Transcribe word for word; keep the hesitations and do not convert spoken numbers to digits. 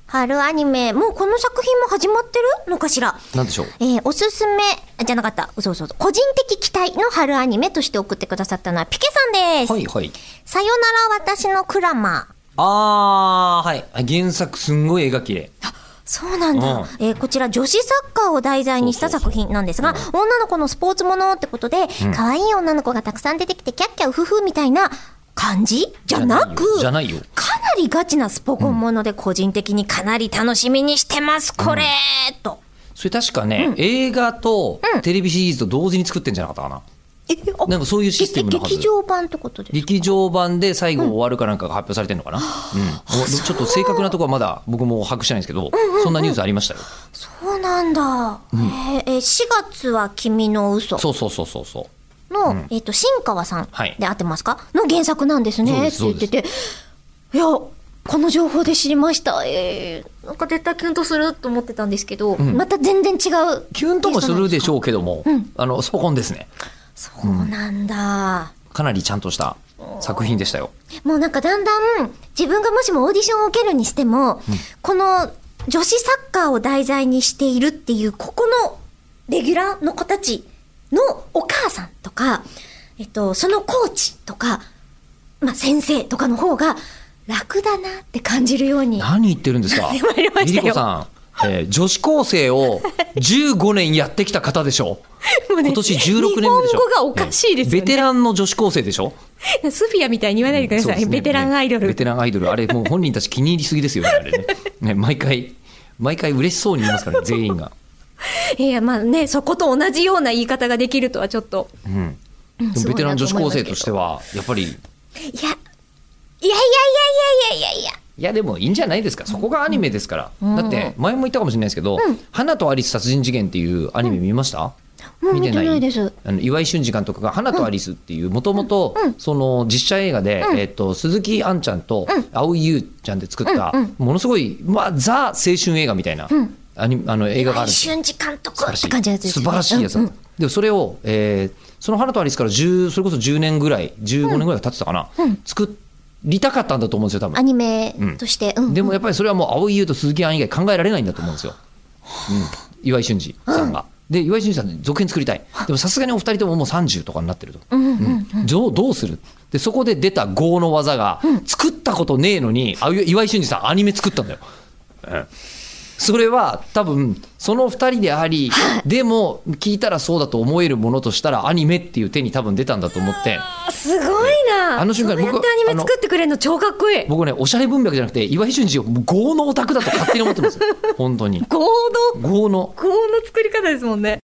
春アニメ、もうこの作品も始まってるのかしら。 なんでしょう。 えー、おすすめじゃなかった。嘘嘘嘘。個人的期待の春アニメとして送ってくださったのはピケさんです。 はいはい。 さよなら私のクラマー。 あー、はい。原作すんごい絵が綺麗。 あ、そうなんだ。 うん、 えー、こちら女子サッカーを題材にした作品なんですが、そうそうそう、女の子のスポーツものってことで、うん、可愛い女の子がたくさん出てきてキャッキャウフフみたいな感じじゃなく、 じゃないよ。 かなりガチなスポコンもので、個人的にかなり楽しみにしてます、これ、うん、と。 それ確かね、うん、映画とテレビシリーズと同時に作ってんじゃなかったかな。え、なんかそういうシステムのはず。 劇場版ってことですか。 劇場版で最後終わるかなんかが発表されてるのかな、うんうん、ちょっと正確なところはまだ僕も把握してないんですけど、うんうんうん、そんなニュースありましたよ。 そうなんだ、うん、えー、しがつは君の嘘。 そうそうそうそうそうの、うん、えーと、新川さんで合ってますか、はい、の原作なんですねって言ってて、いやこの情報で知りました。えー、なんか絶対キュンとすると思ってたんですけど、うん、また全然違う。 キュンともするでしょうけども、うん、あのスポコンですね。 そうなんだ、 うん、かなりちゃんとした作品でしたよ。 もうなんかだんだん自分がもしもオーディションを受けるにしても、うん、この女子サッカーを題材にしているっていうここのレギュラーの子たちのお母さんとか、えっと、そのコーチとか、まあ、先生とかの方が楽だなって感じるように。 何言ってるんですか。リリコさん、えー、女子高生をじゅうごねんやってきた方でしょ。もうね、今年じゅうろくねんめでしょ。 日本語がおかしいですよね。 ベテランの女子高生でしょ。 スフィアみたいに言わないでください、うん、ね、ベテランアイドル、 ベテランアイドル、あれもう本人たち気に入りすぎですよね、あれ ね, ね毎回毎回嬉しそうに言いますからね、全員が。 いや、まあね、そこと同じような言い方ができるとはちょっと、うん、 でもベテラン女子高生としてはやっぱり、いやいやいやいやいやいやいやいやいやでもいいんじゃないですか。そこがアニメですから、うん、だって前も言ったかもしれないですけど、うん、花とアリス殺人事件っていうアニメ見ました？ うん、見てない、見てないです。 あの岩井俊二監督が花とアリスっていうもともとその実写映画で、うん、えー、と鈴木杏ちゃんと蒼井優ちゃんで作ったものすごい、まあ、ザ青春映画みたいな、うん、アニあの映画があるんですよ。 岩井俊二監督って感じのやつですね。 素晴らしいやつだった、うんうん、でそれを、えー、その花とアリスからじゅうそれこそじゅうねんぐらいじゅうごねんぐらい経ってたかな、うん、作りたかったんだと思うんですよ多分、 アニメとして、うんうん、 でもやっぱりそれはもう蒼井優と鈴木杏以外考えられないんだと思うんですよ、うん、岩井俊二さんが、うん、で岩井俊二さん続編作りたい。でもさすがにお二人とももうさんじゅうとかになってると、うんうんうん、どう、どうする。でそこで出た業の技が、うん、作ったことねえのに岩井俊二さんアニメ作ったんだよ、うん、それは多分そのふたりであり、でも聞いたらそうだと思えるものとしたらアニメっていう手に多分出たんだと思って。 すごいな、 あの瞬間そうやってアニメ作ってくれるの超かっこいい。 僕ね、おしゃれ文脈じゃなくて岩井俊二を業のオタクだと勝手に思ってます本当に。 業の業の業の作り方ですもんね。